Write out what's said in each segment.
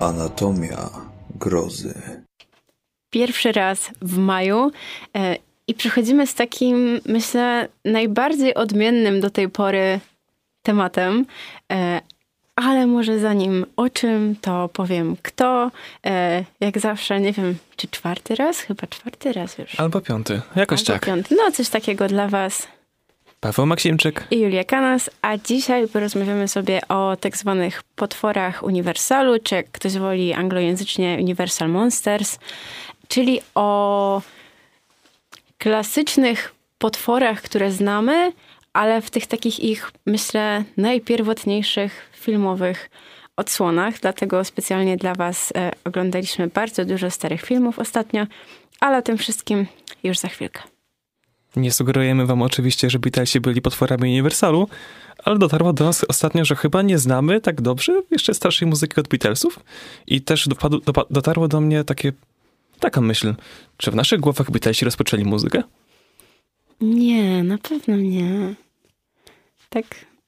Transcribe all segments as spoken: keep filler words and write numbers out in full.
Anatomia grozy. Pierwszy raz w maju e, i przychodzimy z takim, myślę, najbardziej odmiennym do tej pory tematem. E, ale może zanim o czym, to powiem kto. E, jak zawsze, nie wiem, czy czwarty raz? Chyba czwarty raz już. Albo piąty, jakoś Albo tak. Piąty. No, coś takiego dla was. Paweł Maksimczyk I Julia Kanas, a dzisiaj porozmawiamy sobie o tak zwanych potworach Uniwersalu, czy jak ktoś woli anglojęzycznie Universal Monsters, czyli o klasycznych potworach, które znamy, ale w tych takich ich, myślę, najpierwotniejszych filmowych odsłonach. Dlatego specjalnie dla was e, oglądaliśmy bardzo dużo starych filmów ostatnio, ale o tym wszystkim już za chwilkę. Nie sugerujemy wam oczywiście, że Beatlesi byli potworami Uniwersalu, ale dotarło do nas ostatnio, że chyba nie znamy tak dobrze jeszcze starszej muzyki od Beatlesów i też dopadł, dopa- dotarło do mnie takie, taka myśl, czy w naszych głowach Beatlesi rozpoczęli muzykę? Nie, na pewno nie. Tak,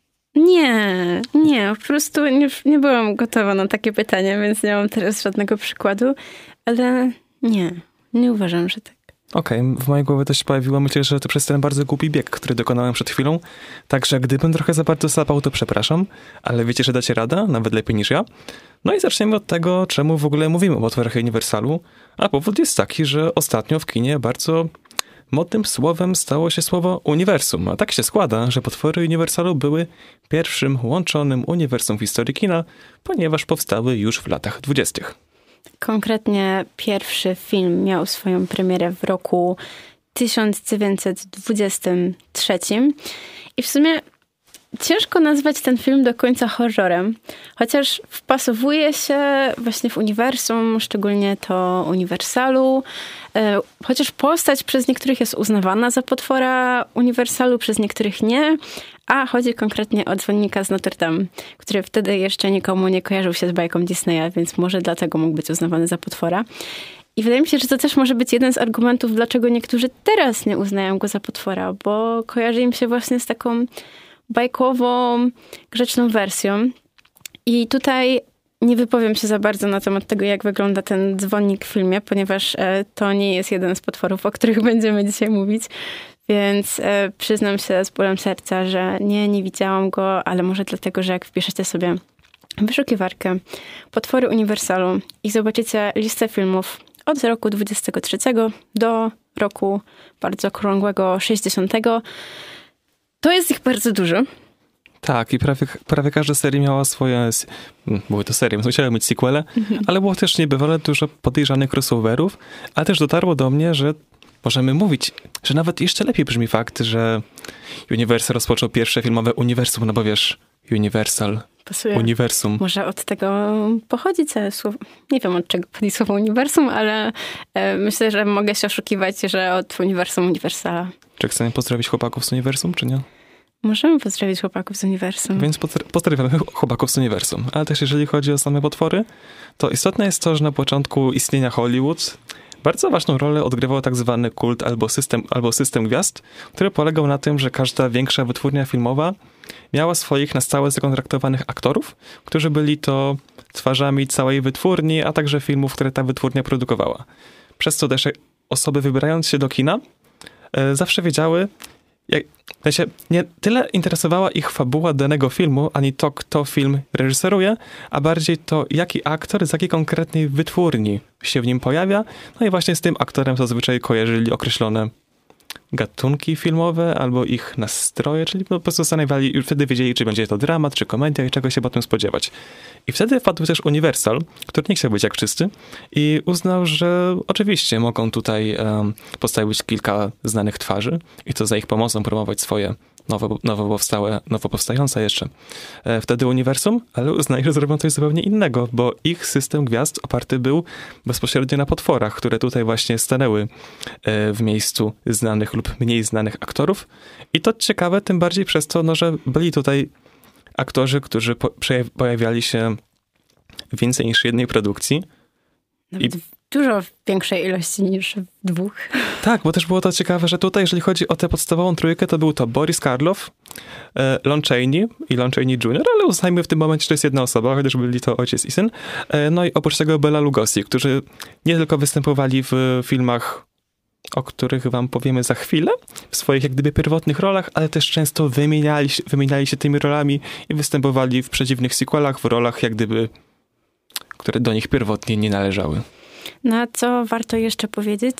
nie, nie, po prostu nie, nie byłam gotowa na takie pytanie, więc nie mam teraz żadnego przykładu, ale nie, nie uważam, że tak. Okej, okay, w mojej głowie też się pojawiło, myślę, że to przez ten bardzo głupi bieg, który dokonałem przed chwilą. Także gdybym trochę za bardzo sapał, to przepraszam, ale wiecie, że dacie radę, nawet lepiej niż ja. No i zaczniemy od tego, czemu w ogóle mówimy o potworach Uniwersalu. A powód jest taki, że ostatnio w kinie bardzo modnym słowem stało się słowo uniwersum. A tak się składa, że potwory Uniwersalu były pierwszym łączonym uniwersum w historii kina, ponieważ powstały już w latach dwudziestych. Konkretnie pierwszy film miał swoją premierę w roku tysiąc dziewięćset dwudziestym trzecim i w sumie ciężko nazwać ten film do końca horrorem, chociaż wpasowuje się właśnie w uniwersum, szczególnie to Uniwersalu, chociaż postać przez niektórych jest uznawana za potwora Uniwersalu, przez niektórych nie, a chodzi konkretnie o dzwonnika z Notre Dame, który wtedy jeszcze nikomu nie kojarzył się z bajką Disneya, więc może dlatego mógł być uznawany za potwora. I wydaje mi się, że to też może być jeden z argumentów, dlaczego niektórzy teraz nie uznają go za potwora, bo kojarzy im się właśnie z taką bajkową, grzeczną wersją. I tutaj nie wypowiem się za bardzo na temat tego, jak wygląda ten dzwonnik w filmie, ponieważ to nie jest jeden z potworów, o których będziemy dzisiaj mówić. Więc e, przyznam się z bólem serca, że nie, nie widziałam go, ale może dlatego, że jak wpiszecie sobie wyszukiwarkę potwory Uniwersalu i zobaczycie listę filmów od roku dwudziestego trzeciego do roku bardzo okrągłego sześćdziesiątego, to jest ich bardzo dużo. Tak, i prawie, prawie każda seria miała swoje, były to serie, musiały mieć sequele, mhm. ale było też niebywale dużo podejrzanych crossoverów, a też dotarło do mnie, że możemy mówić, że nawet jeszcze lepiej brzmi fakt, że Universal rozpoczął pierwsze filmowe uniwersum, no bo wiesz, Universal, pasuje. Uniwersum. Może od tego pochodzi całe słowo. Nie wiem, od czego pochodzi słowo uniwersum, ale e, myślę, że mogę się oszukiwać, że od uniwersum Uniwersala. Czy chcemy pozdrowić chłopaków z uniwersum, czy nie? Możemy pozdrowić chłopaków z uniwersum. Więc pozdrawiamy chłopaków z uniwersum. Ale też jeżeli chodzi o same potwory, to istotne jest to, że na początku istnienia Hollywood bardzo ważną rolę odgrywał tak zwany kult albo system, albo system gwiazd, który polegał na tym, że każda większa wytwórnia filmowa miała swoich na stałe zakontraktowanych aktorów, którzy byli to twarzami całej wytwórni, a także filmów, które ta wytwórnia produkowała. Przez co też osoby wybierając się do kina e, zawsze wiedziały, jak, w sensie, nie tyle interesowała ich fabuła danego filmu, ani to, kto film reżyseruje, a bardziej to, jaki aktor z jakiej konkretnej wytwórni się w nim pojawia. No i właśnie z tym aktorem zazwyczaj kojarzyli określone gatunki filmowe albo ich nastroje, czyli po prostu zastanawiali, już wtedy wiedzieli, czy będzie to dramat, czy komedia i czego się potem spodziewać. I wtedy wpadł też Universal, który nie chciał być jak wszyscy i uznał, że oczywiście mogą tutaj um, postawić kilka znanych twarzy i to za ich pomocą promować swoje nowo, nowo, powstałe, nowo powstające jeszcze e, wtedy uniwersum, ale uznali, że zrobią coś zupełnie innego, bo ich system gwiazd oparty był bezpośrednio na potworach, które tutaj właśnie stanęły e, w miejscu znanych lub mniej znanych aktorów. I to ciekawe tym bardziej przez to, no, że byli tutaj aktorzy, którzy po, pojawiali się w więcej niż jednej produkcji. Nawet I, w dużo większej ilości niż w dwóch. Tak, bo też było to ciekawe, że tutaj, jeżeli chodzi o tę podstawową trójkę, to był to Boris Karloff, e, Lon Chaney i Lon Chaney junior, ale uznajmy w tym momencie, że to jest jedna osoba, chociaż byli to ojciec i syn. E, no i oprócz tego Bela Lugosi, którzy nie tylko występowali w filmach, o których wam powiemy za chwilę, w swoich jak gdyby pierwotnych rolach, ale też często wymieniali, wymieniali się tymi rolami i występowali w przedziwnych sequelach, w rolach jak gdyby, które do nich pierwotnie nie należały. No a co warto jeszcze powiedzieć,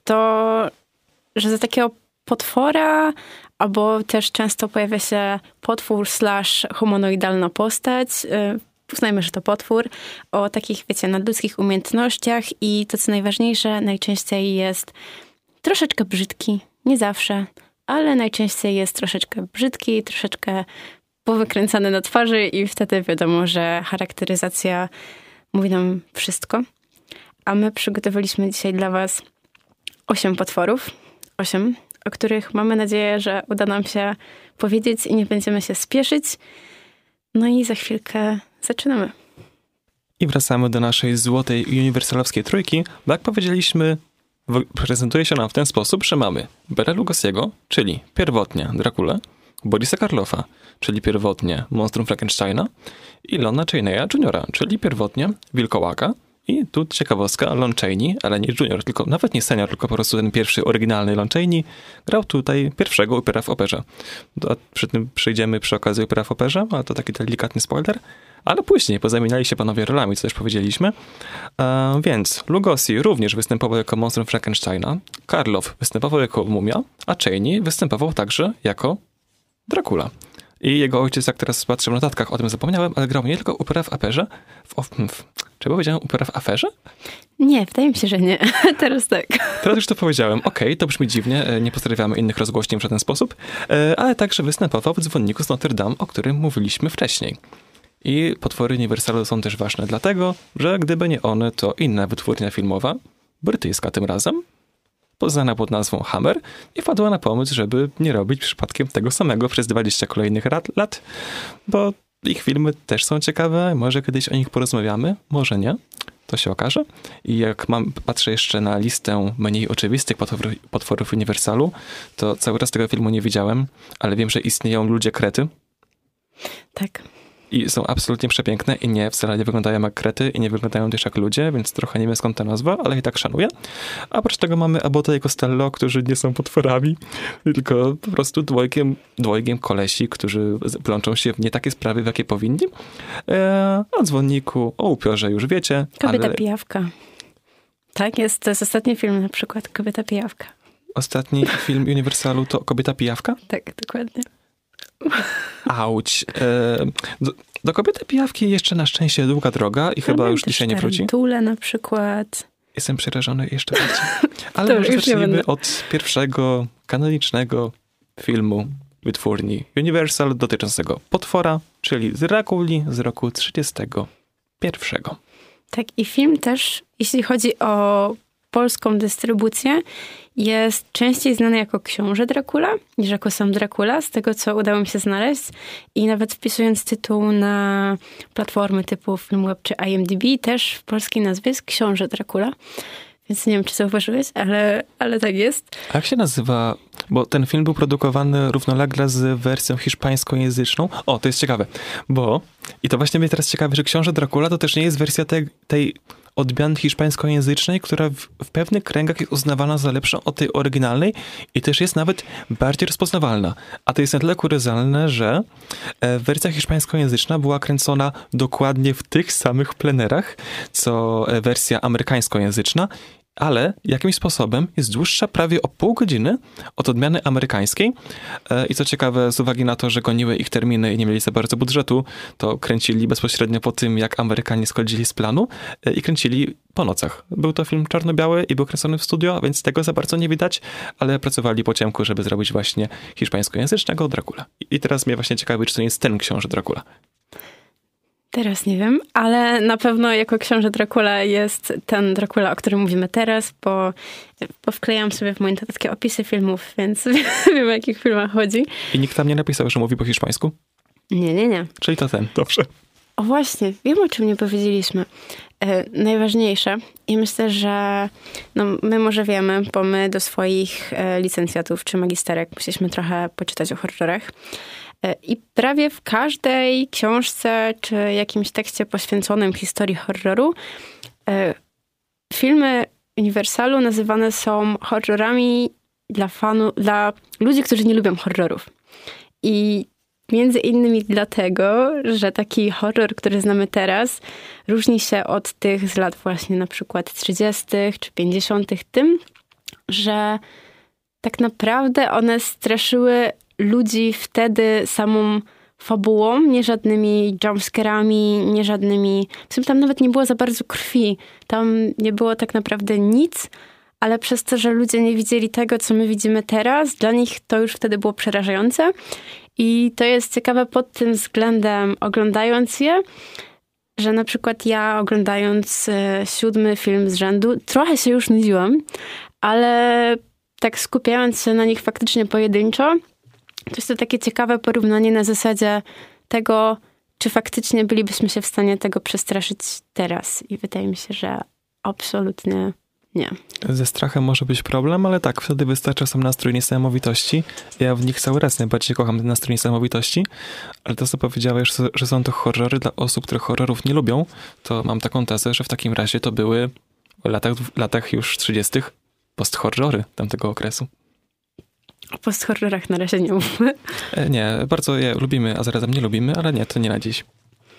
to że za takiego potwora, albo też często pojawia się potwór slash humanoidalna postać, yy, uznajmy, że to potwór, o takich, wiecie, nadludzkich umiejętnościach i to, co najważniejsze, najczęściej jest troszeczkę brzydki, nie zawsze, ale najczęściej jest troszeczkę brzydki, troszeczkę powykręcany na twarzy i wtedy wiadomo, że charakteryzacja mówi nam wszystko. A my przygotowaliśmy dzisiaj dla was osiem potworów, osiem, o których mamy nadzieję, że uda nam się powiedzieć i nie będziemy się spieszyć. No i za chwilkę zaczynamy. I wracamy do naszej złotej uniwersalowskiej trójki, bo jak powiedzieliśmy, prezentuje się nam w ten sposób, że mamy Bela Lugosiego, czyli pierwotnie Drakulę, Borisa Karloffa, czyli pierwotnie Monstrum Frankensteina i Lona Chaneya juniora, czyli pierwotnie Wilkołaka. I tu ciekawostka, Lon Chaney, ale nie junior, tylko nawet nie senior, tylko po prostu ten pierwszy oryginalny Lon Chaney, grał tutaj pierwszego upyra w operze. A przy tym przyjdziemy przy okazji upyra w operze, ale to taki delikatny spoiler. Ale później pozamieniali się panowie rolami, co też powiedzieliśmy. E, więc Lugosi również występował jako monstrum Frankensteina, Karloff występował jako mumia, a Chaney występował także jako Dracula. I jego ojciec, jak teraz patrzę w notatkach, o tym zapomniałem, ale grał nie tylko upyra w aferze, w, w, czy powiedziałem upyra w aferze? Nie, wydaje mi się, że nie. Teraz tak. Teraz już to powiedziałem. Okej, okay, to brzmi dziwnie, nie pozdrawiamy innych rozgłośni w żaden sposób, ale także występował w Dzwonniku z Notre Dame, o którym mówiliśmy wcześniej. I potwory Universalu są też ważne dlatego, że gdyby nie one, to inna wytwórnia filmowa, brytyjska tym razem, poznana pod nazwą Hammer, i wpadła na pomysł, żeby nie robić przypadkiem tego samego przez dwadzieścia kolejnych lat, bo ich filmy też są ciekawe, może kiedyś o nich porozmawiamy, może nie, to się okaże. I jak mam, patrzę jeszcze na listę mniej oczywistych potworów, potworów Universalu, to cały raz tego filmu nie widziałem, ale wiem, że istnieją ludzie krety. Tak. I są absolutnie przepiękne i nie, wcale nie wyglądają jak krety i nie wyglądają też jak ludzie, więc trochę nie wiem skąd ta nazwa, ale i tak szanuję. A oprócz tego mamy Abbota i Costello, którzy nie są potworami, tylko po prostu dwojgiem, dwojgiem kolesi, którzy plączą się w nie takie sprawy, w jakie powinni. Eee, o dzwonniku, o upiorze już wiecie. Kobieta ale... pijawka. Tak, jest, to jest ostatni film na przykład, Kobieta pijawka. Ostatni film Universalu to Kobieta pijawka? Tak, dokładnie. Auć. E, do, do Kobiety pijawki jeszcze na szczęście długa droga i chyba już dzisiaj nie wróci. Tarantule na przykład. Jestem przerażony jeszcze bardziej. Ale to może już zacznijmy od pierwszego kanonicznego filmu wytwórni Universal dotyczącego potwora, czyli Drakuli z roku trzydziestego pierwszego. Tak, i film też, jeśli chodzi o polską dystrybucję, jest częściej znany jako Książę Dracula niż jako sam Dracula, z tego co udało mi się znaleźć. I nawet wpisując tytuł na platformy typu Filmweb czy I M D B, też w polskiej nazwie jest Książę Dracula. Więc nie wiem, czy zauważyłeś, ale, ale tak jest. A jak się nazywa? Bo ten film był produkowany równolegle z wersją hiszpańskojęzyczną. O, to jest ciekawe, bo i to właśnie mnie teraz ciekawi, że Książę Dracula to też nie jest wersja tej, tej odmiany hiszpańskojęzycznej, która w, w pewnych kręgach jest uznawana za lepszą od tej oryginalnej i też jest nawet bardziej rozpoznawalna. A to jest na tyle kuriozalne, że e, wersja hiszpańskojęzyczna była kręcona dokładnie w tych samych plenerach, co e, wersja amerykańskojęzyczna, ale jakimś sposobem jest dłuższa prawie o pół godziny od odmiany amerykańskiej. I co ciekawe, z uwagi na to, że goniły ich terminy i nie mieli za bardzo budżetu, to kręcili bezpośrednio po tym, jak Amerykanie schodzili z planu i kręcili po nocach. Był to film czarno-biały i był kręcony w studio, więc tego za bardzo nie widać, ale pracowali po ciemku, żeby zrobić właśnie hiszpańskojęzycznego Dracula. I teraz mnie właśnie ciekawi, czy to nie jest ten Książę Dracula. Teraz nie wiem, ale na pewno jako Książę Dracula jest ten Dracula, o którym mówimy teraz, bo, bo wklejam sobie w moje notatki opisy filmów, więc wiem, o jakich filmach chodzi. I nikt tam nie napisał, że mówi po hiszpańsku? Nie, nie, nie. Czyli to ten, dobrze. O właśnie, wiem, o czym nie powiedzieliśmy. e, najważniejsze. I myślę, że no, my może wiemy, bo my do swoich e, licencjatów czy magisterek musieliśmy trochę poczytać o horrorach. E, I prawie w każdej książce czy jakimś tekście poświęconym historii horroru e, filmy Universalu nazywane są horrorami dla fanu, dla ludzi, którzy nie lubią horrorów. I między innymi dlatego, że taki horror, który znamy teraz, różni się od tych z lat właśnie na przykład trzydziestych czy pięćdziesiątych tym, że tak naprawdę one straszyły ludzi wtedy samą fabułą, nie żadnymi jumpscarami, nie żadnymi... W sumie tam nawet nie było za bardzo krwi. Tam nie było tak naprawdę nic, ale przez to, że ludzie nie widzieli tego, co my widzimy teraz, dla nich to już wtedy było przerażające. I to jest ciekawe pod tym względem, oglądając je, że na przykład ja oglądając e, siódmy film z rzędu, trochę się już nudziłam, ale tak skupiając się na nich faktycznie pojedynczo, to jest to takie ciekawe porównanie na zasadzie tego, czy faktycznie bylibyśmy się w stanie tego przestraszyć teraz. I wydaje mi się, że absolutnie nie. Ze strachem może być problem, ale tak, wtedy wystarcza sam nastrój niesamowitości. Ja w nich cały raz najbardziej kocham ten nastrój niesamowitości, ale to, co powiedziałeś, że są to horrory dla osób, które horrorów nie lubią, to mam taką tezę, że w takim razie to były w latach, w latach już trzydziestych post-horrory tamtego okresu. O post-horrorach na razie nie mówmy. Nie, bardzo je lubimy, a zarazem nie lubimy, ale nie, to nie na dziś.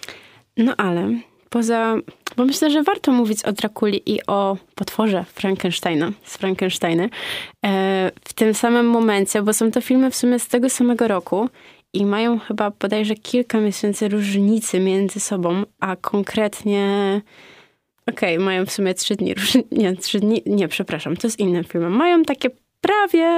No ale poza... Bo myślę, że warto mówić o Drakuli i o potworze Frankensteina, z Frankensteiny e, w tym samym momencie, bo są to filmy w sumie z tego samego roku i mają chyba bodajże kilka miesięcy różnicy między sobą, a konkretnie... Okej, okay, mają w sumie trzy dni różnicy. Nie, trzy dni... Nie, przepraszam, to jest innym filmem. Mają takie prawie...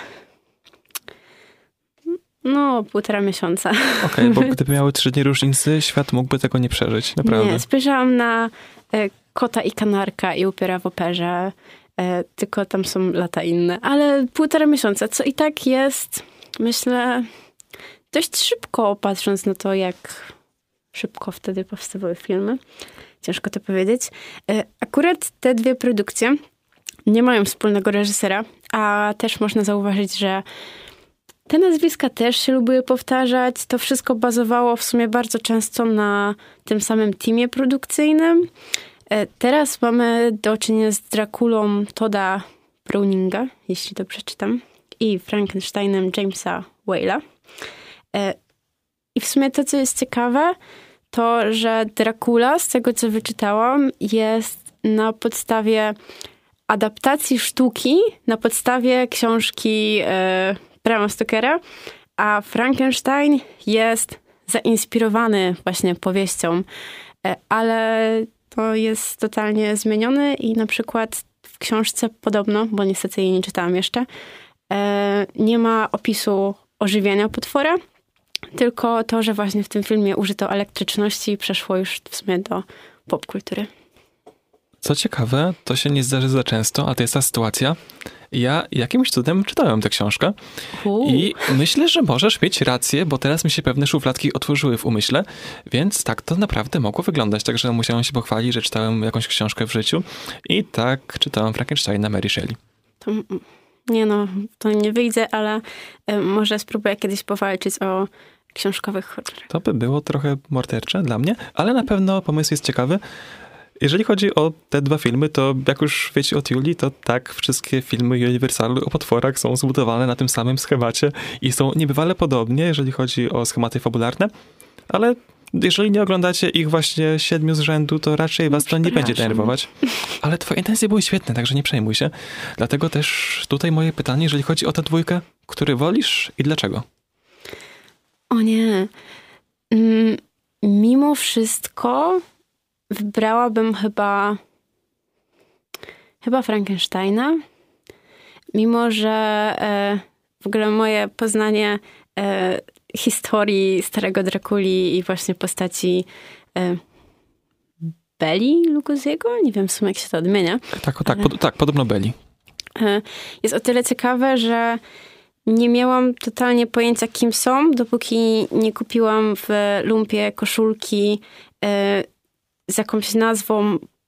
No, półtora miesiąca. Okej, okay, bo gdyby miały trzy dni różnicy, świat mógłby tego nie przeżyć, naprawdę. Nie, spojrzałam na e, Kota i Kanarka i Upiora w operze, e, tylko tam są lata inne, ale półtora miesiąca, co i tak jest, myślę, dość szybko, patrząc na to, jak szybko wtedy powstawały filmy. Ciężko to powiedzieć. E, akurat te dwie produkcje nie mają wspólnego reżysera, a też można zauważyć, że te nazwiska też się lubiły powtarzać. To wszystko bazowało w sumie bardzo często na tym samym teamie produkcyjnym. Teraz mamy do czynienia z Drakulą Todda Browninga, jeśli dobrze czytam, i Frankensteinem Jamesa Whale'a. I w sumie to, co jest ciekawe, to, że Dracula, z tego co wyczytałam, jest na podstawie adaptacji sztuki, na podstawie książki Brama Stokera, a Frankenstein jest zainspirowany właśnie powieścią, ale to jest totalnie zmieniony i na przykład w książce podobno, bo niestety jej nie czytałam jeszcze, nie ma opisu ożywienia potwora, tylko to, że właśnie w tym filmie użyto elektryczności i przeszło już w sumie do popkultury. Co ciekawe, to się nie zdarzy za często, a to jest ta sytuacja. Ja jakimś cudem czytałem tę książkę Uu. i myślę, że możesz mieć rację, bo teraz mi się pewne szufladki otworzyły w umyśle, więc tak to naprawdę mogło wyglądać. Także musiałem się pochwalić, że czytałem jakąś książkę w życiu i tak czytałem Frankensteina Mary Shelley. To, nie no, to nie wyjdzie, ale y, może spróbuję kiedyś powalczyć o książkowych horrorach. To by było trochę mordercze dla mnie, ale na pewno pomysł jest ciekawy. Jeżeli chodzi o te dwa filmy, to jak już wiecie od Julii, to tak, wszystkie filmy Universalu o potworach są zbudowane na tym samym schemacie i są niebywale podobnie, jeżeli chodzi o schematy fabularne, ale jeżeli nie oglądacie ich właśnie siedmiu z rzędu, to raczej was to nie będzie denerwować. Ale twoje intencje były świetne, także nie przejmuj się. Dlatego też tutaj moje pytanie, jeżeli chodzi o tę dwójkę, który wolisz i dlaczego? O nie. Mm, mimo wszystko wybrałabym chyba chyba Frankensteina. Mimo, że e, w ogóle moje poznanie e, historii starego Drakuli i właśnie postaci e, Beli Lugosiego, nie wiem w sumie jak się to odmienia. Tak, tak, pod, tak podobno Beli. E, jest o tyle ciekawe, że nie miałam totalnie pojęcia, kim są, dopóki nie kupiłam w lumpie koszulki e, z jakąś nazwą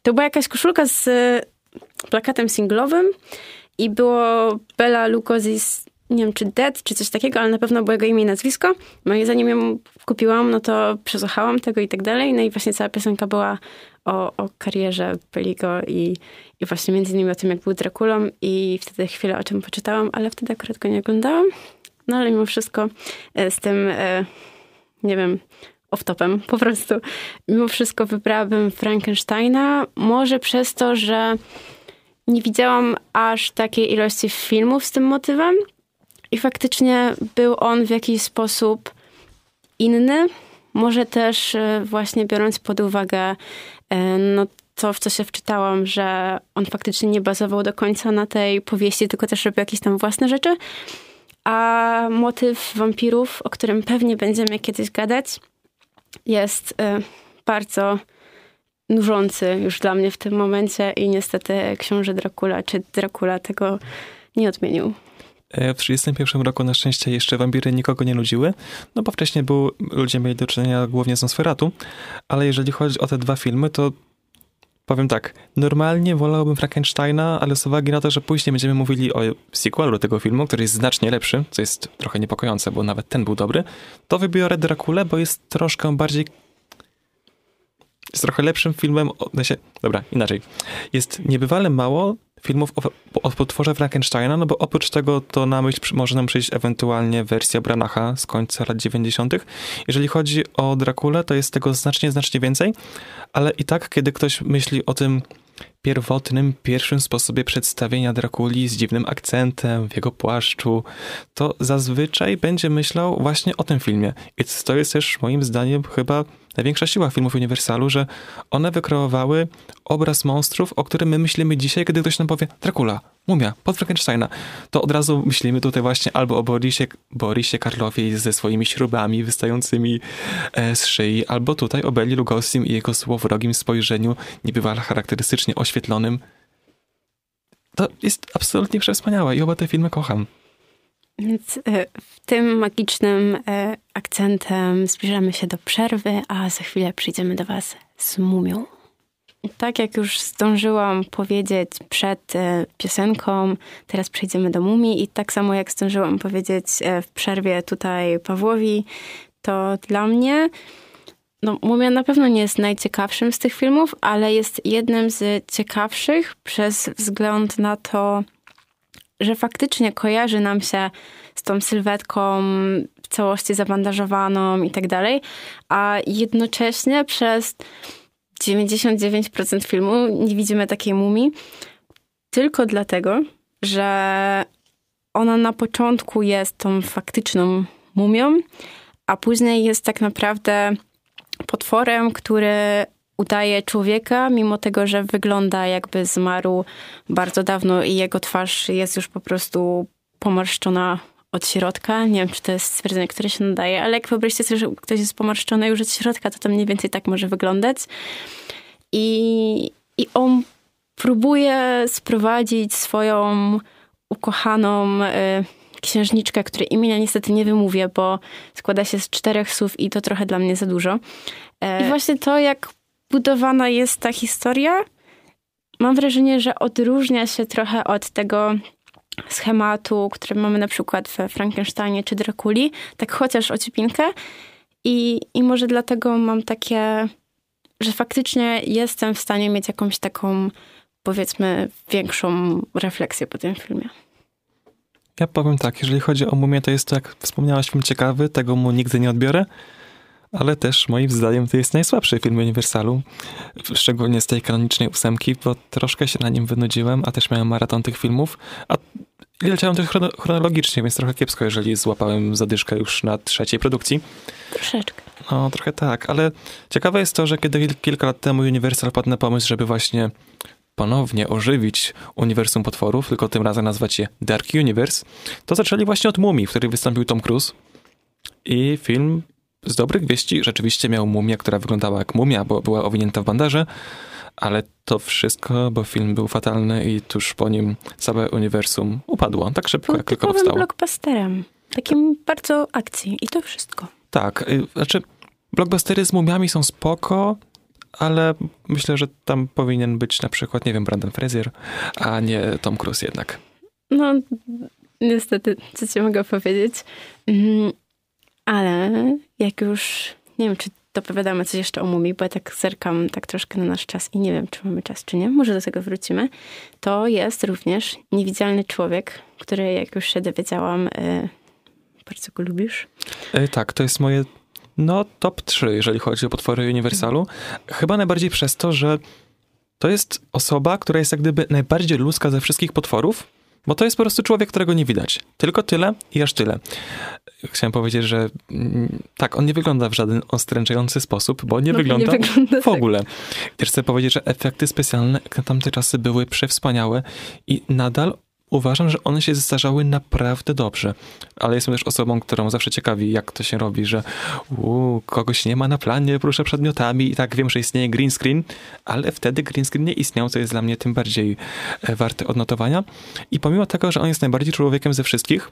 to była jakaś koszulka z plakatem singlowym i było Bela Lugosi's, nie wiem czy Dead, czy coś takiego, ale na pewno było jego imię i nazwisko. No i zanim ją kupiłam, no to przesłuchałam tego i tak dalej. No i właśnie cała piosenka była o, o karierze Beliego i, i właśnie między innymi o tym, jak był Drakulą i wtedy chwilę o czym poczytałam, ale wtedy akurat go nie oglądałam. No ale mimo wszystko z tym, nie wiem, off-topem po prostu. Mimo wszystko wybrałabym Frankensteina. Może przez to, że nie widziałam aż takiej ilości filmów z tym motywem i faktycznie był on w jakiś sposób inny. Może też właśnie biorąc pod uwagę no, to, w co się wczytałam, że on faktycznie nie bazował do końca na tej powieści, tylko też robił jakieś tam własne rzeczy. A motyw wampirów, o którym pewnie będziemy kiedyś gadać, jest y, bardzo nużący już dla mnie w tym momencie i niestety książę Dracula czy Dracula tego nie odmienił. W trzydziestym pierwszym roku na szczęście jeszcze wampiry nikogo nie nudziły, no bo wcześniej był, ludzie mieli do czynienia głównie z Nosferatu, ale jeżeli chodzi o te dwa filmy, to powiem tak, normalnie wolałbym Frankensteina, ale z uwagi na to, że później będziemy mówili o sequelu do tego filmu, który jest znacznie lepszy, co jest trochę niepokojące, bo nawet ten był dobry, to wybiorę Draculę, bo jest troszkę bardziej... jest trochę lepszym filmem... Dobra, inaczej. Jest niebywale mało filmów o, o potworze Frankensteina, no bo oprócz tego to na myśl może nam przyjść ewentualnie wersja Branacha z końca lat dziewięćdziesiątych. Jeżeli chodzi o Draculę, to jest tego znacznie, znacznie więcej, ale i tak, kiedy ktoś myśli o tym pierwotnym, pierwszym sposobie przedstawienia Drakuli z dziwnym akcentem, w jego płaszczu, to zazwyczaj będzie myślał właśnie o tym filmie. I to jest też moim zdaniem chyba największa siła filmów Universalu, że one wykreowały obraz monstrów, o którym my myślimy dzisiaj, kiedy ktoś nam powie Dracula, mumia, pod Frankensteina. To od razu myślimy tutaj właśnie albo o Borisie, Borisie Karlowie ze swoimi śrubami wystającymi e, z szyi, albo tutaj o Beli Lugosim i jego złowrogim spojrzeniu, niebywale charakterystycznie oświetlonym. To jest absolutnie przewspaniałe i oba te filmy kocham. Więc tym magicznym akcentem zbliżamy się do przerwy, a za chwilę przyjdziemy do was z mumią. Tak jak już zdążyłam powiedzieć przed piosenką, teraz przejdziemy do mumii i tak samo jak zdążyłam powiedzieć w przerwie tutaj Pawłowi, to dla mnie no, Mumia na pewno nie jest najciekawszym z tych filmów, ale jest jednym z ciekawszych przez wzgląd na to, że faktycznie kojarzy nam się z tą sylwetką w całości zabandażowaną i tak dalej, a jednocześnie przez dziewięćdziesiąt dziewięć procent filmu nie widzimy takiej mumii, tylko dlatego, że ona na początku jest tą faktyczną mumią, a później jest tak naprawdę potworem, który udaje człowieka, mimo tego, że wygląda jakby zmarł bardzo dawno i jego twarz jest już po prostu pomarszczona od środka. Nie wiem, czy to jest stwierdzenie, które się nadaje, ale jak wyobraźcie sobie, że ktoś jest pomarszczony już od środka, to to mniej więcej tak może wyglądać. I, i on próbuje sprowadzić swoją ukochaną y, księżniczkę, której imienia niestety nie wymówię, bo składa się z czterech słów i to trochę dla mnie za dużo. Y, I właśnie to, jak budowana jest ta historia, mam wrażenie, że odróżnia się trochę od tego schematu, który mamy na przykład we Frankensteinie czy Drakuli, tak chociaż ociupinkę. I, I może dlatego mam takie, że faktycznie jestem w stanie mieć jakąś taką, powiedzmy, większą refleksję po tym filmie. Ja powiem tak, jeżeli chodzi o Mumię, to jest to, jak wspomniałaś, film ciekawy, tego mu nigdy nie odbiorę, ale też moim zdaniem to jest najsłabszy film Universalu, szczególnie z tej kanonicznej ósemki, bo troszkę się na nim wynudziłem, a też miałem maraton tych filmów, a leciałem też chrono- chronologicznie, więc trochę kiepsko, jeżeli złapałem zadyszkę już na trzeciej produkcji. Troszeczkę. No, trochę tak, ale ciekawe jest to, że kiedy kilka lat temu Universal padł na pomysł, żeby właśnie ponownie ożywić uniwersum potworów, tylko tym razem nazwać je Dark Universe, to zaczęli właśnie od Mumii, w której wystąpił Tom Cruise. I film z dobrych wieści rzeczywiście miał mumię, która wyglądała jak mumia, bo była owinięta w bandaże, ale to wszystko, bo film był fatalny i tuż po nim całe uniwersum upadło. Tak szybko, był jak tylko powstało. Był blockbusterem. Takim bardzo akcji. I to wszystko. Tak. Znaczy, blockbustery z mumiami są spoko, ale myślę, że tam powinien być na przykład, nie wiem, Brendan Fraser, a nie Tom Cruise jednak. No, niestety, co ci mogę powiedzieć. Mm, ale jak już, nie wiem, czy dopowiadamy coś jeszcze o Mumii, bo ja tak zerkam tak troszkę na nasz czas i nie wiem, czy mamy czas, czy nie. Może do tego wrócimy. To jest również Niewidzialny Człowiek, który, jak już się dowiedziałam, yy, bardzo go lubisz. Yy, tak, to jest moje no top trzy, jeżeli chodzi o potwory Uniwersalu. Chyba najbardziej przez to, że to jest osoba, która jest jak gdyby najbardziej ludzka ze wszystkich potworów, bo to jest po prostu człowiek, którego nie widać. Tylko tyle i aż tyle. Chciałem powiedzieć, że mm, tak, on nie wygląda w żaden ostręczający sposób, bo nie, no, wygląda, nie wygląda w ogóle. Tak. Też chcę powiedzieć, że efekty specjalne jak na tamte czasy były przewspaniałe i nadal uważam, że one się zestarzały naprawdę dobrze. Ale jestem też osobą, którą zawsze ciekawi, jak to się robi, że uu, kogoś nie ma na planie, porusza przedmiotami i tak wiem, że istnieje green screen, ale wtedy green screen nie istniał, co jest dla mnie tym bardziej e, warte odnotowania. I pomimo tego, że on jest najbardziej człowiekiem ze wszystkich,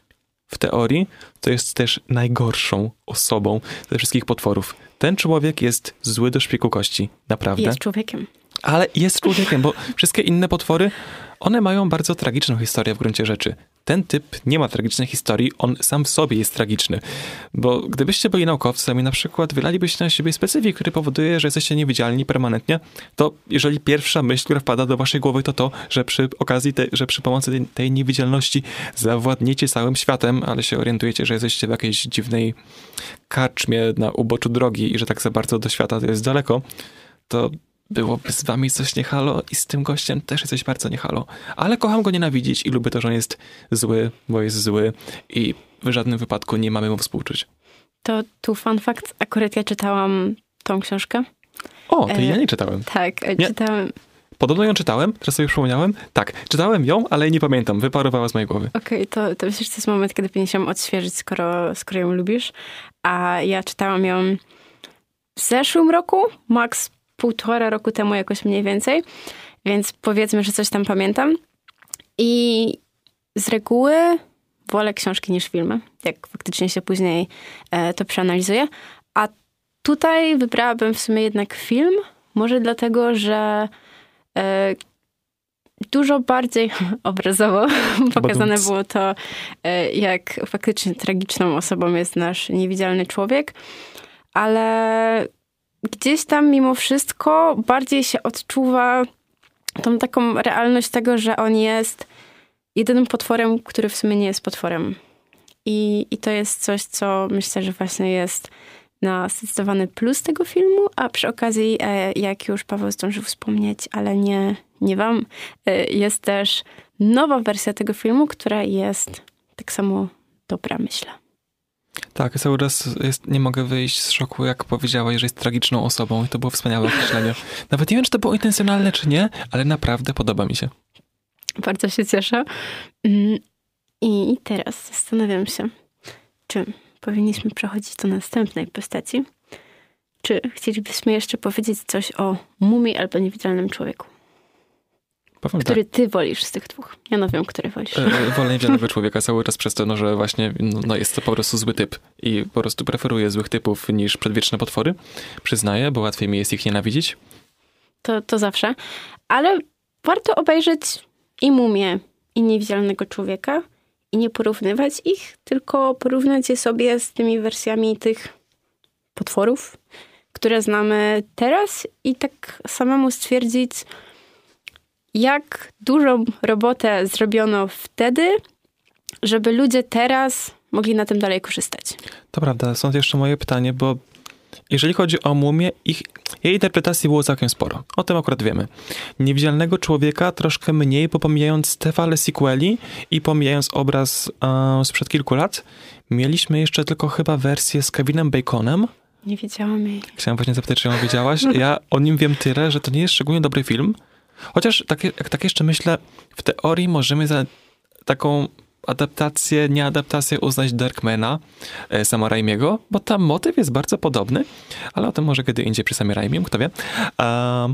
w teorii, to jest też najgorszą osobą ze wszystkich potworów. Ten człowiek jest zły do szpiku kości. Naprawdę. Jest człowiekiem. Ale jest człowiekiem, bo wszystkie inne potwory, one mają bardzo tragiczną historię w gruncie rzeczy. Ten typ nie ma tragicznej historii, on sam w sobie jest tragiczny. Bo gdybyście byli naukowcem i na przykład wylalibyście na siebie specyfik, który powoduje, że jesteście niewidzialni permanentnie, to jeżeli pierwsza myśl, która wpada do waszej głowy, to to, że przy okazji, te, że przy pomocy tej, tej niewidzialności zawładniecie całym światem, ale się orientujecie, że jesteście w jakiejś dziwnej karczmie na uboczu drogi i że tak za bardzo do świata to jest daleko, to byłoby z wami coś nie halo i z tym gościem też jest coś bardzo nie halo. Ale kocham go nienawidzić i lubię to, że on jest zły, bo jest zły i w żadnym wypadku nie mamy mu współczuć. To tu fun fact, akurat ja czytałam tą książkę. O, to e, ja nie czytałem. Tak, nie? czytałem. Podobno ją czytałem, teraz sobie przypomniałem. Tak, czytałem ją, ale nie pamiętam, wyparowała z mojej głowy. Okej, okay, to, to myślę, że to jest moment, kiedy powinienem odświeżyć, skoro, skoro ją lubisz. A ja czytałam ją w zeszłym roku, max półtora roku temu jakoś mniej więcej, więc powiedzmy, że coś tam pamiętam. I z reguły wolę książki niż filmy, jak faktycznie się później e, to przeanalizuję. A tutaj wybrałabym w sumie jednak film, może dlatego, że e, dużo bardziej obrazowo pokazane było to, e, jak faktycznie tragiczną osobą jest nasz niewidzialny człowiek, ale gdzieś tam mimo wszystko bardziej się odczuwa tą taką realność tego, że on jest jedynym potworem, który w sumie nie jest potworem. I, i to jest coś, co myślę, że właśnie jest na zdecydowany plus tego filmu, a przy okazji, jak już Paweł zdążył wspomnieć, ale nie, nie wam, jest też nowa wersja tego filmu, która jest tak samo dobra, myślę. Tak, cały czas jest, nie mogę wyjść z szoku, jak powiedziałaś, że jest tragiczną osobą i to było wspaniałe określenie. Nawet nie wiem, czy to było intencjonalne, czy nie, ale naprawdę podoba mi się. Bardzo się cieszę. I teraz zastanawiam się, czy powinniśmy przechodzić do następnej postaci, czy chcielibyśmy jeszcze powiedzieć coś o Mumii albo Niewidzialnym Człowieku? Powiem który tak. ty wolisz z tych dwóch? Ja no wiem, który wolisz. E, wolę Niewidzialnego Człowieka cały czas przez to, no, że właśnie no, no jest to po prostu zły typ i po prostu preferuję złych typów niż przedwieczne potwory. Przyznaję, bo łatwiej mi jest ich nienawidzić. To, to zawsze. Ale warto obejrzeć i Mumię, i Niewidzialnego Człowieka i nie porównywać ich, tylko porównać je sobie z tymi wersjami tych potworów, które znamy teraz i tak samemu stwierdzić, jak dużą robotę zrobiono wtedy, żeby ludzie teraz mogli na tym dalej korzystać. To prawda, stąd jeszcze moje pytanie, bo jeżeli chodzi o Mumię, ich, jej interpretacji było całkiem sporo. O tym akurat wiemy. Niewidzialnego Człowieka troszkę mniej, bo pomijając te fale sequeli i pomijając obraz e, sprzed kilku lat, mieliśmy jeszcze tylko chyba wersję z Kevinem Baconem. Nie wiedziałam jej. Chciałem właśnie zapytać, czy ją wiedziałaś. Ja o nim wiem tyle, że to nie jest szczególnie dobry film. Chociaż tak, jak tak jeszcze myślę, w teorii możemy za taką adaptację, nie adaptację uznać Darkmana e, Sama Raimiego, bo tam motyw jest bardzo podobny, ale o tym może kiedy indziej przy Samie Raimim, kto wie. Um,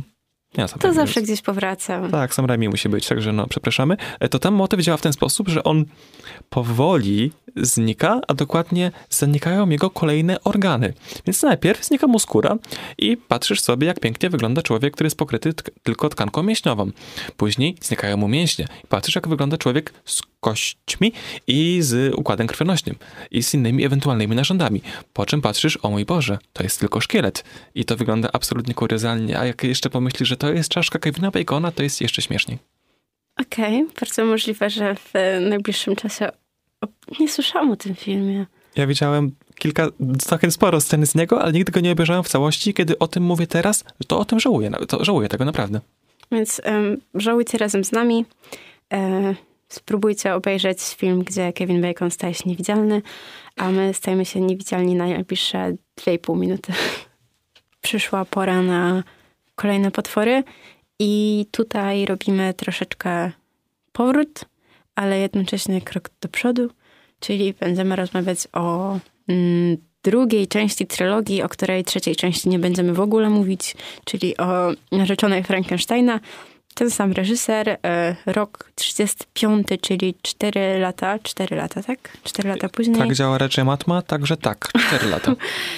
Nie, Sam To Raimi zawsze jest. gdzieś powraca. Tak, Sam Raimi musi być, także no, przepraszamy. E, To tam motyw działa w ten sposób, że on powoli znika, a dokładnie zanikają jego kolejne organy. Więc najpierw znika mu skóra i patrzysz sobie, jak pięknie wygląda człowiek, który jest pokryty tk- tylko tkanką mięśniową. Później znikają mu mięśnie i patrzysz, jak wygląda człowiek z kośćmi i z układem krwionośnym i z innymi ewentualnymi narządami. Po czym patrzysz, o mój Boże, to jest tylko szkielet. I to wygląda absolutnie kuriozalnie, a jak jeszcze pomyślisz, że to jest czaszka Kevina Bacona, to jest jeszcze śmieszniej. Okej, okay, bardzo możliwe, że w najbliższym czasie nie słyszałam o tym filmie. Ja widziałem kilka, całkiem sporo scen z niego, ale nigdy go nie obejrzałem w całości. Kiedy o tym mówię teraz, to o tym żałuję. To żałuję tego naprawdę. Więc um, żałujcie razem z nami. E, spróbujcie obejrzeć film, gdzie Kevin Bacon staje się niewidzialny, a my stajemy się niewidzialni na najbliższe dwie i pół minuty. Przyszła pora na kolejne potwory i tutaj robimy troszeczkę powrót, ale jednocześnie krok do przodu, czyli będziemy rozmawiać o mm, drugiej części trylogii, o której trzeciej części nie będziemy w ogóle mówić, czyli o Narzeczonej Frankensteina. Ten sam reżyser, e, rok trzydziesty piąty, czyli cztery lata, cztery lata, tak? cztery lata później. Tak działa raczej matma, także tak, cztery lata.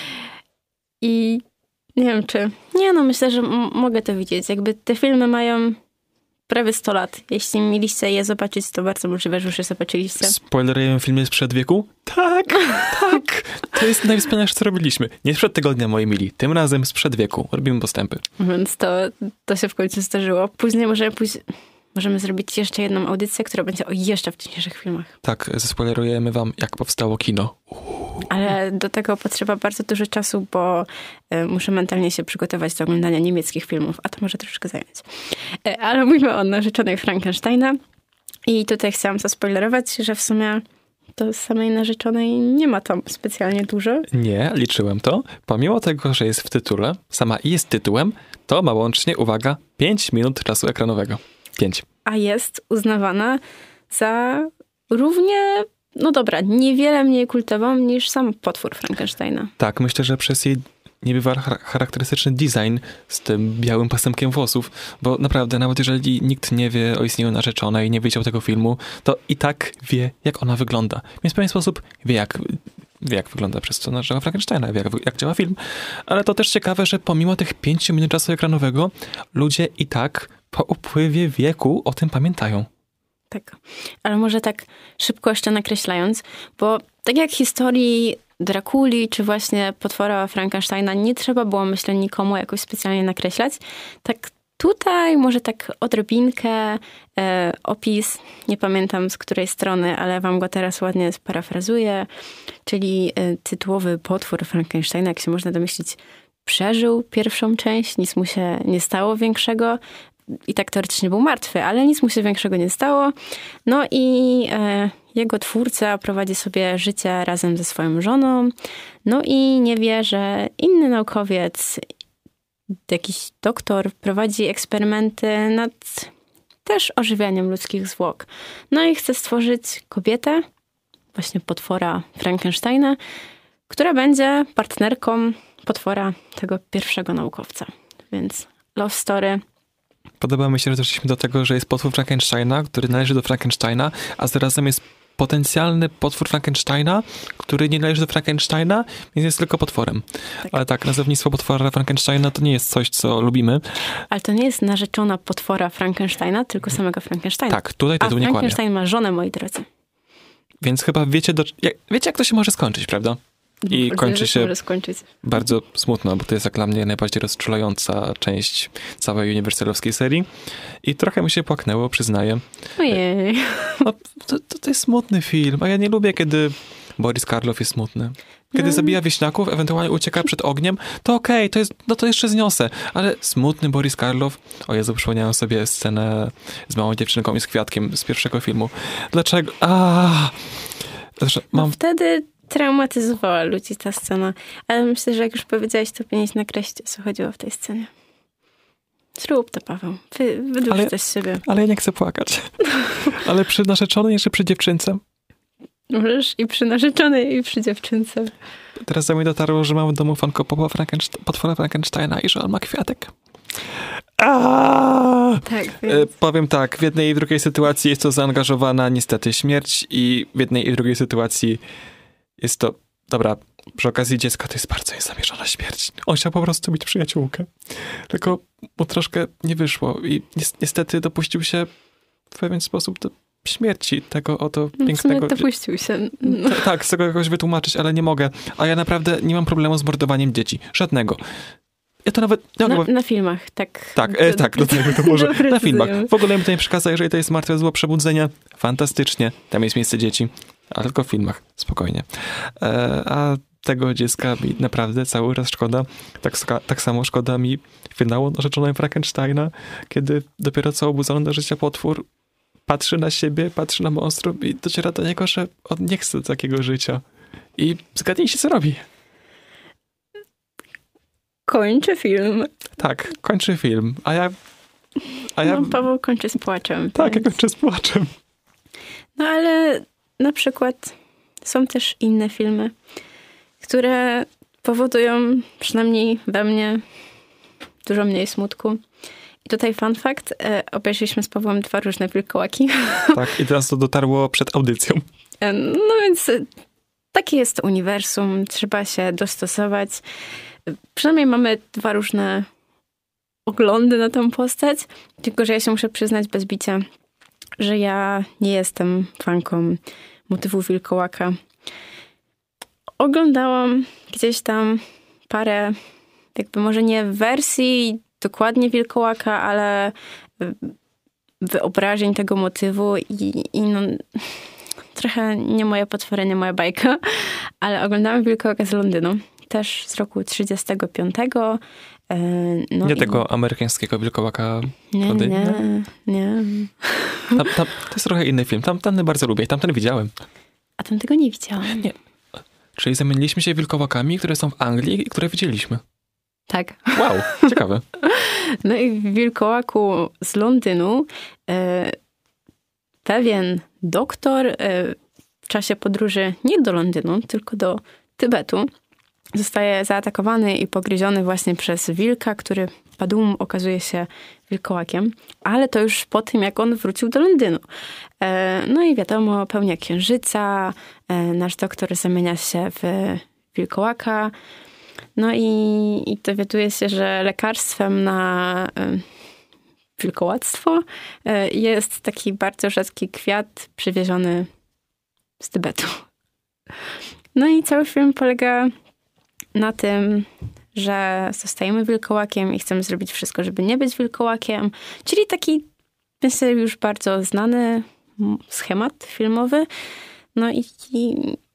I nie wiem, czy... Nie no, myślę, że m- mogę to widzieć. Jakby te filmy mają prawie sto lat. Jeśli mieliście je zobaczyć, to bardzo możliwe, że już je zobaczyliście. Spoilerujemy film sprzed wieku? Tak, tak. To jest najwspanialsze, co robiliśmy. Nie sprzed tygodnia, moi mili. Tym razem sprzed wieku. Robimy postępy. Więc to, to się w końcu zdarzyło. Później możemy pójść... Możemy zrobić jeszcze jedną audycję, która będzie o jeszcze wcześniejszych filmach. Tak, zaspoilerujemy wam, jak powstało kino. Ale do tego potrzeba bardzo dużo czasu, bo y, muszę mentalnie się przygotować do oglądania niemieckich filmów, a to może troszkę zająć. Y, ale mówimy o Narzeczonej Frankensteina i tutaj chciałam zaspoilerować, że w sumie to samej Narzeczonej nie ma tam specjalnie dużo. Nie, liczyłem to. Pomimo tego, że jest w tytule, sama jest tytułem, to ma łącznie, uwaga, pięć minut czasu ekranowego. pięć. A jest uznawana za równie, no dobra, niewiele mniej kultową niż sam potwór Frankensteina. Tak, myślę, że przez jej niebywale charakterystyczny design z tym białym pasemkiem włosów, bo naprawdę, nawet jeżeli nikt nie wie o istnieniu Narzeczonej, nie widział tego filmu, to i tak wie, jak ona wygląda. Więc w pewien sposób wie, jak, wie, jak wygląda przez co Narzeczonego Frankensteina, wie, jak, jak działa film. Ale to też ciekawe, że pomimo tych pięciu minut czasu ekranowego, ludzie i tak po upływie wieku o tym pamiętają. Tak, ale może tak szybko jeszcze nakreślając, bo tak jak historii Drakuli, czy właśnie potwora Frankensteina nie trzeba było, myślę, nikomu jakoś specjalnie nakreślać, tak tutaj może tak odrobinkę e, opis, nie pamiętam z której strony, ale wam go teraz ładnie sparafrazuję, czyli e, tytułowy potwór Frankensteina, jak się można domyślić, przeżył pierwszą część, nic mu się nie stało większego. I tak teoretycznie był martwy, ale nic mu się większego nie stało. No i e, jego twórca prowadzi sobie życie razem ze swoją żoną. No i nie wie, że inny naukowiec, jakiś doktor, prowadzi eksperymenty nad też ożywianiem ludzkich zwłok. No i chce stworzyć kobietę, właśnie potwora Frankensteina, która będzie partnerką potwora tego pierwszego naukowca. Więc love story. Podoba mi się, że doszliśmy do tego, że jest potwór Frankensteina, który należy do Frankensteina, a zarazem jest potencjalny potwór Frankensteina, który nie należy do Frankensteina, więc jest tylko potworem. Tak. Ale tak, nazewnictwo potwora Frankensteina to nie jest coś, co lubimy. Ale to nie jest narzeczona potwora Frankensteina, tylko samego Frankensteina. Tak, tutaj tytuł nie kłamie. A Frankenstein ma żonę, moi drodzy. Więc chyba wiecie, do, jak, wiecie jak to się może skończyć, prawda? I Bardzo kończy się może skończyć. bardzo smutno, bo to jest jak dla mnie najbardziej rozczulająca część całej uniwersalowskiej serii. I trochę mi się płaknęło, przyznaję. Ojej. No, to, to, to jest smutny film, a ja nie lubię, kiedy Boris Karloff jest smutny. Kiedy no. zabija wieśniaków, ewentualnie ucieka przed ogniem, to okej, okay, to jest, no to jeszcze zniosę. Ale smutny Boris Karloff, o Jezu, przypomniałem sobie scenę z małą dziewczynką i z kwiatkiem z pierwszego filmu. Dlaczego? A, Dlaczego? Mam... No wtedy traumatyzowała ludzi ta scena. Ale myślę, że jak już powiedziałeś, to powinieneś nakreślić, o co chodziło w tej scenie. Zrób to, Paweł. Wy, wydłuż ale, to z siebie. Ale ja nie chcę płakać. Ale przy narzeczonej, jeszcze przy dziewczynce. Możesz i przy narzeczonej, i przy dziewczynce. Teraz do mnie dotarło, że mamy w domu Funko Popa Frankenste- potwora Frankensteina i że on ma kwiatek. Aaaa! Tak, E, więc... powiem tak, w jednej i drugiej sytuacji jest to zaangażowana niestety śmierć i w jednej i drugiej sytuacji jest to, dobra, przy okazji dziecka to jest bardzo niezamierzona śmierć. On chciał po prostu mieć przyjaciółkę. Tylko mu troszkę nie wyszło i niestety dopuścił się w pewien sposób do śmierci tego oto pięknego... dopuścił się. No. T- tak, chcę go jakoś wytłumaczyć, ale nie mogę. A ja naprawdę nie mam problemu z mordowaniem dzieci. Żadnego. Ja to nawet... Ja na, chyba... na filmach, tak. Tak, e, tak, do tego to może. Na filmach. W ogóle mi to nie przeszkadza, jeżeli to jest martwe zło przebudzenie. Fantastycznie. Tam jest miejsce dzieci. Ale tylko w filmach. Spokojnie. E, a tego dziecka mi naprawdę cały raz szkoda. Tak, tak samo szkoda mi finału narzeczonej Frankensteina, kiedy dopiero co obudzony do życia potwór patrzy na siebie, patrzy na monstrum i dociera do niego, że on nie chce takiego życia. I zgadnijcie, co robi. Kończy film. Tak, kończy film. A ja... A ja... No, Paweł kończy z płaczem. Tak, więc... ja kończę z płaczem. No ale na przykład są też inne filmy, które powodują przynajmniej we mnie dużo mniej smutku. I tutaj fun fact, e, obejrzeliśmy z Pawłem dwa różne wilkołaki. Tak, i teraz to dotarło przed audycją. E, no więc e, takie jest to uniwersum, trzeba się dostosować. E, przynajmniej mamy dwa różne oglądy na tę postać, tylko że ja się muszę przyznać bez bicia, że ja nie jestem fanką motywu wilkołaka. Oglądałam gdzieś tam parę, jakby może nie wersji dokładnie wilkołaka, ale wyobrażeń tego motywu i, i no, trochę nie moja potwora, nie moja bajka, ale oglądałam wilkołaka z Londynu, też z roku trzydziestego piątego. No nie i... tego amerykańskiego wilkołaka. Nie, wody, nie, nie. Tam, tam, to jest trochę inny film. Tam, tamten bardzo lubię. Tamten widziałem. A tam tego nie widziałam. Nie. Czyli zamieniliśmy się wilkołakami, które są w Anglii i które widzieliśmy. Tak. Wow, ciekawe. No i w wilkołaku z Londynu e, pewien doktor e, w czasie podróży nie do Londynu, tylko do Tybetu zostaje zaatakowany i pogryziony właśnie przez wilka, który padum okazuje się wilkołakiem, ale to już po tym, jak on wrócił do Londynu. E, no i wiadomo, pełnia księżyca, e, nasz doktor zamienia się w wilkołaka, no i, i dowiaduje się, że lekarstwem na e, wilkołactwo e, jest taki bardzo rzadki kwiat przywieziony z Tybetu. No i cały film polega na tym, że zostajemy wilkołakiem i chcemy zrobić wszystko, żeby nie być wilkołakiem. Czyli taki, myślę, już bardzo znany schemat filmowy. No i, i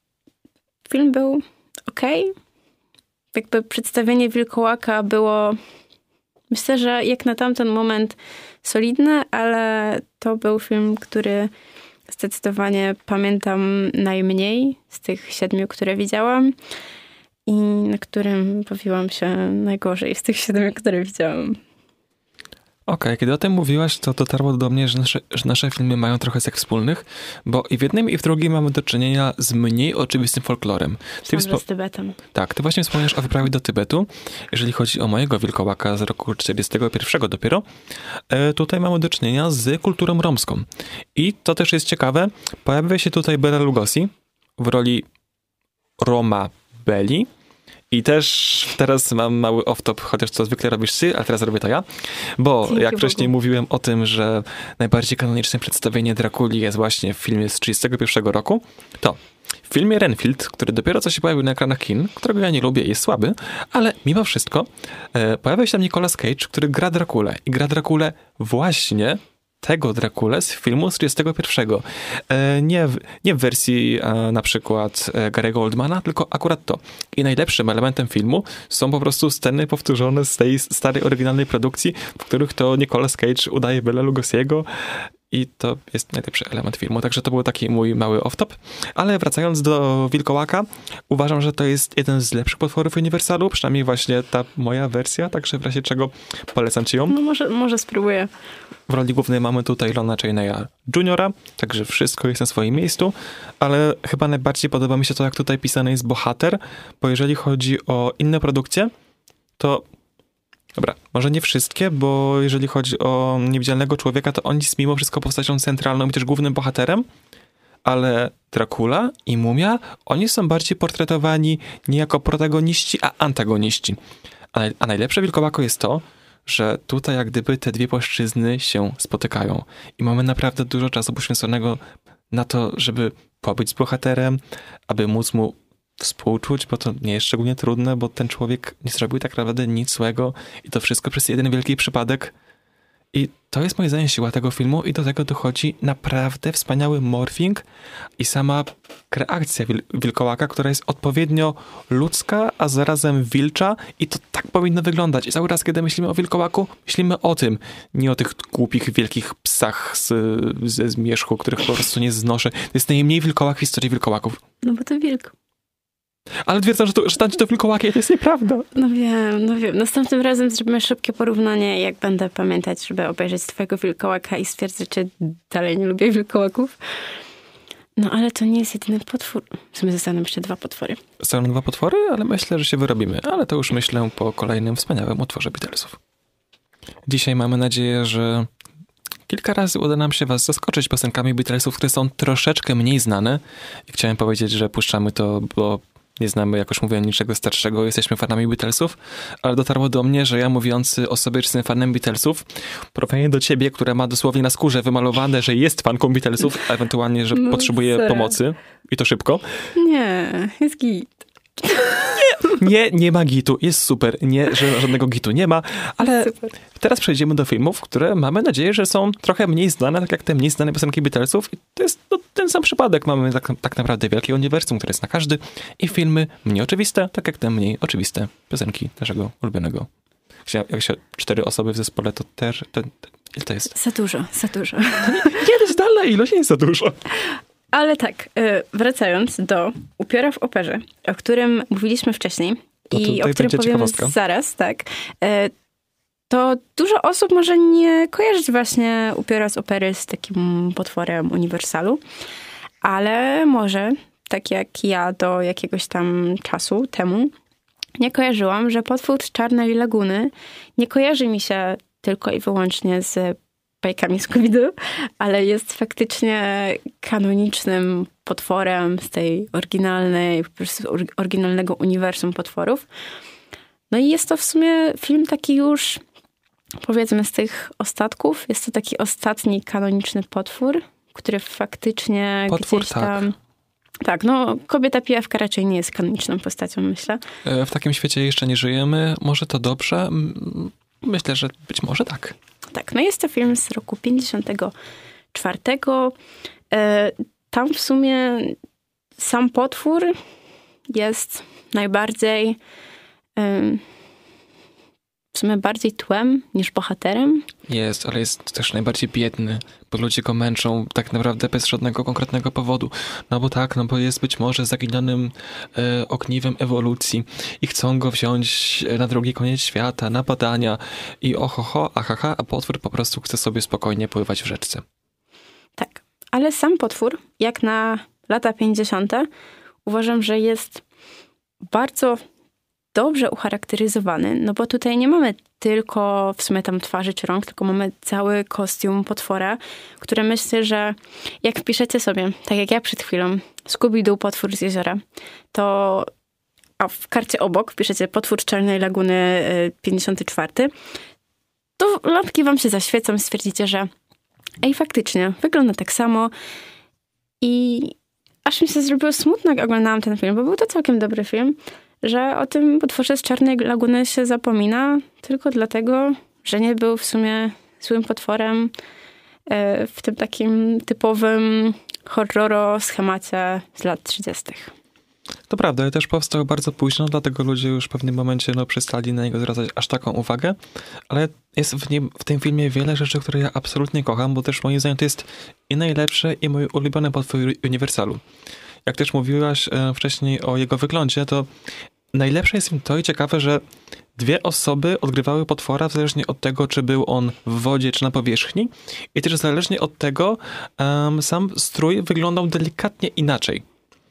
film był okej. Jakby przedstawienie wilkołaka było, myślę, że jak na tamten moment solidne, ale to był film, który zdecydowanie pamiętam najmniej z tych siedmiu, które widziałam. I na którym bawiłam się najgorzej z tych siedmiu, które widziałam. Okej, okay, kiedy o tym mówiłaś, to dotarło do mnie, że nasze, że nasze filmy mają trochę cech wspólnych, bo i w jednym, i w drugim mamy do czynienia z mniej oczywistym folklorem. Ty wspo- z Tybetem. Tak, ty właśnie wspomniałeś o wyprawie do Tybetu. Jeżeli chodzi o mojego wilkołaka z roku czterdziestego pierwszego dopiero, e, tutaj mamy do czynienia z kulturą romską. I to też jest ciekawe, pojawia się tutaj Bela Lugosi w roli Roma Belli. I też teraz mam mały off-top, chociaż to zwykle robisz ty, ale teraz robię to ja. Bo Dzięki jak wcześniej Bogu. mówiłem o tym, że najbardziej kanoniczne przedstawienie Drakuli jest właśnie w filmie z trzydziestego pierwszego roku, to w filmie Renfield, który dopiero co się pojawił na ekranach kin, którego ja nie lubię i jest słaby, ale mimo wszystko e, pojawia się tam Nicolas Cage, który gra Drakulę. I gra Drakulę właśnie tego Drakulę z filmu z trzydziestego pierwszego. E, nie, w, nie w wersji e, na przykład e, Gary'ego Oldmana, tylko akurat to. I najlepszym elementem filmu są po prostu sceny powtórzone z tej starej, oryginalnej produkcji, w których to Nicolas Cage udaje Bela Lugosiego i to jest najlepszy element filmu. Także to był taki mój mały off-top. Ale wracając do Wilkołaka, uważam, że to jest jeden z lepszych potworów Uniwersalu, przynajmniej właśnie ta moja wersja, także w razie czego polecam ci ją. No może, może spróbuję. W roli głównej mamy tutaj Lona Chaney'a juniora, także wszystko jest na swoim miejscu, ale chyba najbardziej podoba mi się to, jak tutaj pisany jest bohater, bo jeżeli chodzi o inne produkcje, to Dobra, może nie wszystkie, bo jeżeli chodzi o Niewidzialnego Człowieka, to on jest mimo wszystko postacią centralną i też głównym bohaterem, ale Dracula i Mumia, oni są bardziej portretowani nie jako protagoniści, a antagoniści. A, naj, a najlepsze Wilkołako jest to, że tutaj jak gdyby te dwie płaszczyzny się spotykają i mamy naprawdę dużo czasu poświęconego na to, żeby pobyć z bohaterem, aby móc mu współczuć, bo to nie jest szczególnie trudne, bo ten człowiek nie zrobił tak naprawdę nic złego i to wszystko przez jeden wielki przypadek. I to jest moim zdaniem siła tego filmu i do tego dochodzi naprawdę wspaniały morphing i sama kreacja wil- wilkołaka, która jest odpowiednio ludzka, a zarazem wilcza i to tak powinno wyglądać. I cały raz, kiedy myślimy o wilkołaku, myślimy o tym, nie o tych głupich, wielkich psach z, ze zmierzchu, których po prostu nie znoszę. To jest najmniej wilkołak w historii wilkołaków. No bo to wilk. Ale twierdzą, że, to, że tańczy to wilkołaki, to jest nieprawda. No wiem, no wiem. Następnym razem zrobimy szybkie porównanie, jak będę pamiętać, żeby obejrzeć twojego wilkołaka i stwierdzić, czy dalej nie lubię wilkołaków. No ale to nie jest jedyny potwór. W sumie zostaną jeszcze dwa potwory. Zostaną dwa potwory, ale myślę, że się wyrobimy. Ale to już myślę po kolejnym wspaniałym utworze Beatlesów. Dzisiaj mamy nadzieję, że kilka razy uda nam się was zaskoczyć piosenkami Beatlesów, które są troszeczkę mniej znane. I chciałem powiedzieć, że puszczamy to, bo nie znamy, jak już mówiłem, niczego starszego, jesteśmy fanami Beatlesów, ale dotarło do mnie, że ja mówiący o sobie, że jestem fanem Beatlesów, porównuję do ciebie, która ma dosłownie na skórze wymalowane, że jest fanką Beatlesów, a ewentualnie, że no, potrzebuje serio. pomocy i to szybko. Nie, jest git. Nie, nie ma gitu, jest super, nie, że żadnego gitu nie ma, ale Super. teraz przejdziemy do filmów, które mamy nadzieję, że są trochę mniej znane, tak jak te mniej znane piosenki Beatlesów. I to jest no, ten sam przypadek. Mamy tak, tak naprawdę wielkie uniwersum, które jest na każdy i filmy mniej oczywiste, tak jak te mniej oczywiste piosenki naszego ulubionego. Jak się cztery osoby w zespole, to też... To, to, ile to jest? Za dużo, za dużo. Nie, to jest dalna ilość, nie jest za dużo. Ale tak, wracając do Upiora w operze, o którym mówiliśmy wcześniej To i o którym będzie powiemy ciekawostka. zaraz, tak, to dużo osób może nie kojarzyć właśnie Upiora z opery z takim potworem uniwersalu, ale może, tak jak ja do jakiegoś tam czasu temu, nie kojarzyłam, że potwór z Czarnej Laguny nie kojarzy mi się tylko i wyłącznie z bajkami Scooby-Doo, ale jest faktycznie kanonicznym potworem z tej oryginalnej, po prostu oryginalnego uniwersum potworów. No i jest to w sumie film taki już, powiedzmy, z tych ostatków. Jest to taki ostatni kanoniczny potwór, który faktycznie Potwór, gdzieś tak. tam... Tak, no kobieta pijawka raczej nie jest kanoniczną postacią, myślę. W takim świecie jeszcze nie żyjemy. Może to dobrze? Myślę, że być może tak. Tak, no jest to film z roku pięćdziesiątego czwartego. Tam w sumie sam potwór jest najbardziej w sumie bardziej tłem niż bohaterem. Jest, ale jest też najbardziej biedny, bo ludzie go męczą tak naprawdę bez żadnego konkretnego powodu. No bo tak, no bo jest być może zaginionym e, ogniwem ewolucji i chcą go wziąć na drugi koniec świata, na badania i ohoho, ahaha, a potwór po prostu chce sobie spokojnie pływać w rzeczce. Tak, ale sam potwór, jak na lata pięćdziesiąte, uważam, że jest bardzo dobrze ucharakteryzowany, no bo tutaj nie mamy tylko w sumie tam twarzy czy rąk, tylko mamy cały kostium potwora, który myślę, że jak wpiszecie sobie, tak jak ja przed chwilą, Scooby-Doo, potwór z jeziora, to a w karcie obok wpiszecie potwór z Czarnej Laguny pięćdziesiąty czwarty, to lampki wam się zaświecą i stwierdzicie, że ej, faktycznie, wygląda tak samo i aż mi się zrobiło smutno, jak oglądałam ten film, bo był to całkiem dobry film, że o tym potworze z Czarnej Laguny się zapomina tylko dlatego, że nie był w sumie złym potworem w tym takim typowym horroro-schemacie z lat trzydziestych. To prawda, ale też powstał bardzo późno, dlatego ludzie już w pewnym momencie no, przestali na niego zwracać aż taką uwagę, ale jest w, nim, w tym filmie wiele rzeczy, które ja absolutnie kocham, bo też moim zdaniem to jest i najlepsze, i mój ulubiony potwór Uniwersalu. Jak też mówiłaś e, wcześniej o jego wyglądzie, to najlepsze jest w tym to i ciekawe, że dwie osoby odgrywały potwora zależnie od tego, czy był on w wodzie, czy na powierzchni i też zależnie od tego um, sam strój wyglądał delikatnie inaczej.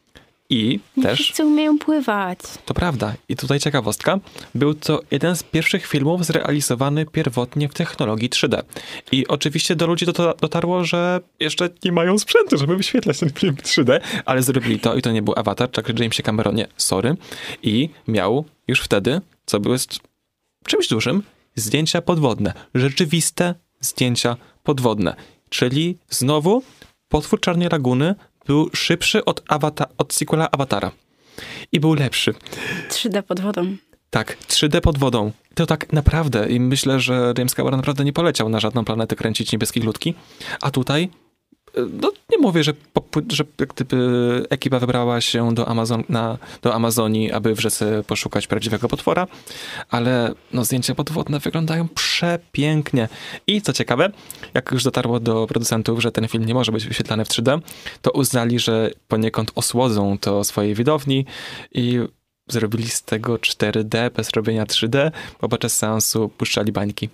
I Nie też... wszyscy umieją pływać. To prawda. I tutaj ciekawostka. Był to jeden z pierwszych filmów zrealizowany pierwotnie w technologii trzy D. I oczywiście do ludzi to dotarło, że jeszcze nie mają sprzętu, żeby wyświetlać ten film w trzy D, ale zrobili to i to nie był Avatar, także Jamesie Cameronie, sorry. I miał już wtedy, co było czymś dużym, zdjęcia podwodne. Rzeczywiste zdjęcia podwodne. Czyli znowu Potwór Czarnej Laguny był szybszy od, awata- od sequela Awatara. I był lepszy. trzy D pod wodą. Tak, trzy D pod wodą. To tak naprawdę. I myślę, że James Cameron naprawdę nie poleciał na żadną planetę kręcić niebieskich ludki. A tutaj, no nie mówię, że, że jak gdyby ekipa wybrała się do, Amazon, na, do Amazonii, aby w rzece poszukać prawdziwego potwora, ale no, zdjęcia podwodne wyglądają przepięknie. I co ciekawe, jak już dotarło do producentów, że ten film nie może być wyświetlany w trzy D, to uznali, że poniekąd osłodzą to swojej widowni i zrobili z tego cztery D bez robienia trzy D, bo podczas seansu puszczali bańki.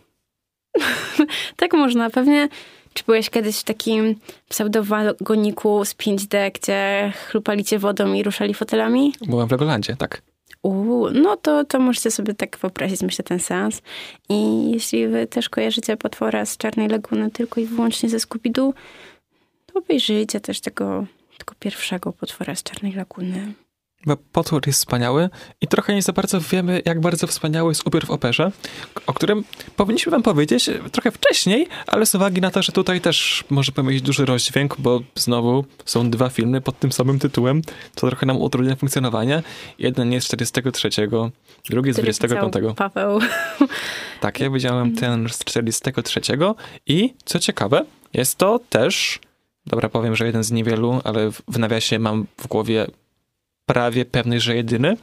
Tak można. Pewnie, czy byłeś kiedyś w takim pseudowagoniku z pięć D, gdzie chlupali cię wodą i ruszali fotelami? Byłem w Legolandzie, tak. Uuu, no to, to możecie sobie tak wyobrazić, myślę, ten seans. I jeśli wy też kojarzycie potwora z Czarnej Laguny tylko i wyłącznie ze Scooby-Doo, to obejrzyjcie też tego, tego pierwszego potwora z Czarnej Laguny. Bo potwór jest wspaniały i trochę nie za bardzo wiemy, jak bardzo wspaniały jest Upiór w operze, o którym powinniśmy wam powiedzieć trochę wcześniej, ale z uwagi na to, że tutaj też możemy mieć duży rozdźwięk, bo znowu są dwa filmy pod tym samym tytułem, to trochę nam utrudnia funkcjonowanie. Jeden jest z czterdziestego trzeciego, drugi z dwudziestego piątego. Paweł. Tak, ja widziałem ten z czterdziestego trzeciego i co ciekawe, jest to też, dobra, powiem, że jeden z niewielu, ale w nawiasie mam w głowie prawie pewny, że jedyny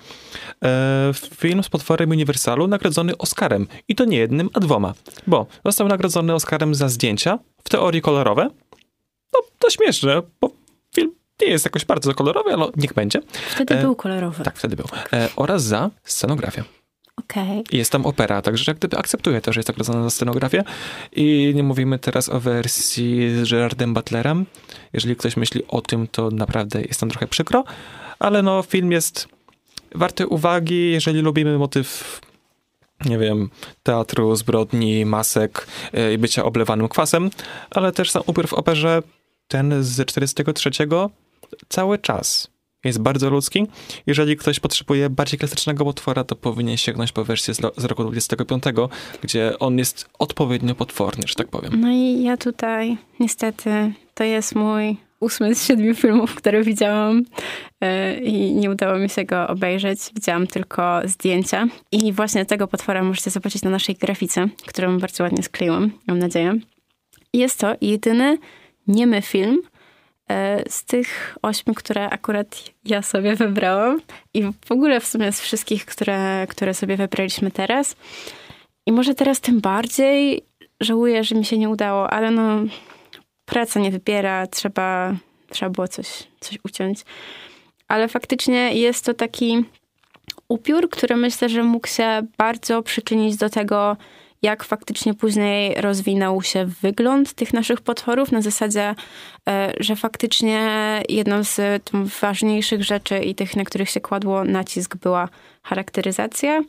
e, film z potworem Uniwersalu nagrodzony Oscarem. I to nie jednym, a dwoma. Bo został nagrodzony Oscarem za zdjęcia, w teorii kolorowe. No, to śmieszne, bo film nie jest jakoś bardzo kolorowy, ale niech będzie. Wtedy e, był kolorowy. Tak, wtedy był. E, oraz za scenografię. Okej. I jest tam opera, także jak gdyby akceptuję to, że jest nagrodzona za scenografię. I nie mówimy teraz o wersji z Gerardem Butlerem. Jeżeli ktoś myśli o tym, to naprawdę jest tam trochę przykro. Ale no, film jest warty uwagi, jeżeli lubimy motyw, nie wiem, teatru, zbrodni, masek yy, i bycia oblewanym kwasem, ale też sam Upiór w operze, ten z czterdziestego trzeciego, cały czas jest bardzo ludzki. Jeżeli ktoś potrzebuje bardziej klasycznego potwora, to powinien sięgnąć po wersję z, lo- z roku dwudziestego piątego, gdzie on jest odpowiednio potworny, że tak powiem. No i ja tutaj, niestety, to jest mój ósmy z siedmiu filmów, które widziałam yy, i nie udało mi się go obejrzeć. Widziałam tylko zdjęcia. I właśnie tego potwora możecie zobaczyć na naszej grafice, którą bardzo ładnie skleiłam, mam nadzieję. Jest to jedyny niemy film yy, z tych ośmiu, które akurat ja sobie wybrałam. I w ogóle w sumie z wszystkich, które, które sobie wybraliśmy teraz. I może teraz tym bardziej żałuję, że mi się nie udało, ale no... Praca nie wybiera, trzeba, trzeba było coś, coś uciąć. Ale faktycznie jest to taki upiór, który myślę, że mógł się bardzo przyczynić do tego, jak faktycznie później rozwinął się wygląd tych naszych potworów. Na zasadzie, że faktycznie jedną z ważniejszych rzeczy i tych, na których się kładło nacisk, była charakteryzacja.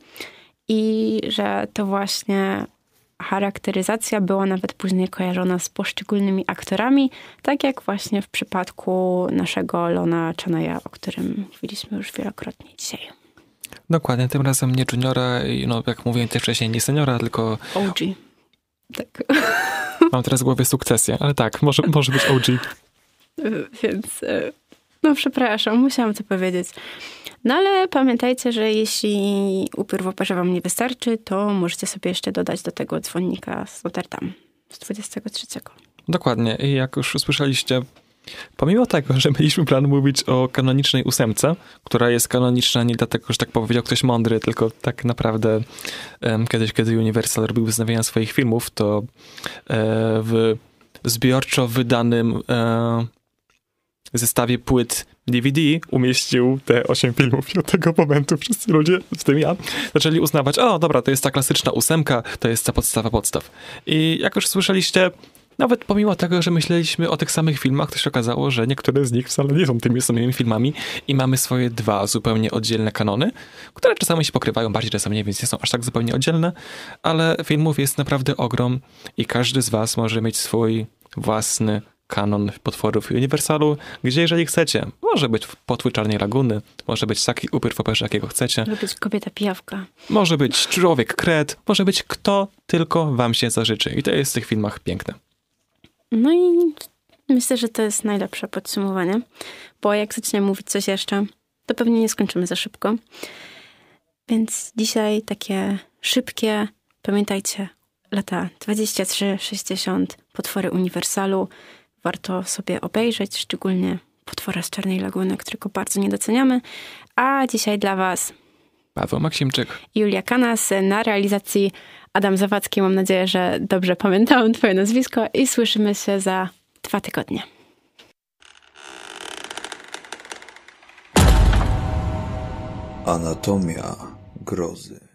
I że to właśnie... charakteryzacja była nawet później kojarzona z poszczególnymi aktorami, tak jak właśnie w przypadku naszego Lona Chanaya, o którym mówiliśmy już wielokrotnie dzisiaj. Dokładnie, tym razem nie juniora i no, jak mówiłem też wcześniej, nie seniora, tylko... O G. Tak. Mam teraz w głowie Sukcesję, ale tak, może, może być O G. Więc... No przepraszam, musiałam to powiedzieć. No ale pamiętajcie, że jeśli Upiór w operze wam nie wystarczy, to możecie sobie jeszcze dodać do tego Dzwonnika z Notre Dame z dwudziestego trzeciego. Dokładnie. I jak już usłyszeliście, pomimo tego, że mieliśmy plan mówić o kanonicznej ósemce, która jest kanoniczna nie dlatego, że tak powiedział ktoś mądry, tylko tak naprawdę um, kiedyś, kiedy Universal robił wznawiania swoich filmów, to e, w zbiorczo wydanym e, zestawie płyt D V D umieścił te osiem filmów i od tego momentu wszyscy ludzie, w tym ja, zaczęli uznawać, o dobra, to jest ta klasyczna ósemka, to jest ta podstawa podstaw. I jak już słyszeliście, Nawet pomimo tego, że myśleliśmy o tych samych filmach, to się okazało, że niektóre z nich wcale nie są tymi samymi filmami i mamy swoje dwa zupełnie oddzielne kanony, które czasami się pokrywają bardziej, czasami nie, więc nie są aż tak zupełnie oddzielne, ale filmów jest naprawdę ogrom i każdy z was może mieć swój własny kanon potworów Uniwersalu, gdzie jeżeli chcecie, może być potwór Czarnej Laguny, może być taki upyr w operze, jakiego chcecie. Może być kobieta pijawka. Może być człowiek kret, może być kto tylko wam się zażyczy. I to jest w tych filmach piękne. No i myślę, że to jest najlepsze podsumowanie, bo jak zaczniemy mówić coś jeszcze, to pewnie nie skończymy za szybko. Więc dzisiaj takie szybkie, pamiętajcie, lata dwadzieścia trzy sześćdziesiąt, potwory Uniwersalu. Warto sobie obejrzeć, szczególnie potwora z Czarnej Laguny, którego bardzo nie doceniamy. A dzisiaj dla was Paweł Maksimczyk, Julia Kanas, na realizacji Adam Zawadzki. Mam nadzieję, że dobrze pamiętałem twoje nazwisko i słyszymy się za dwa tygodnie. Anatomia grozy.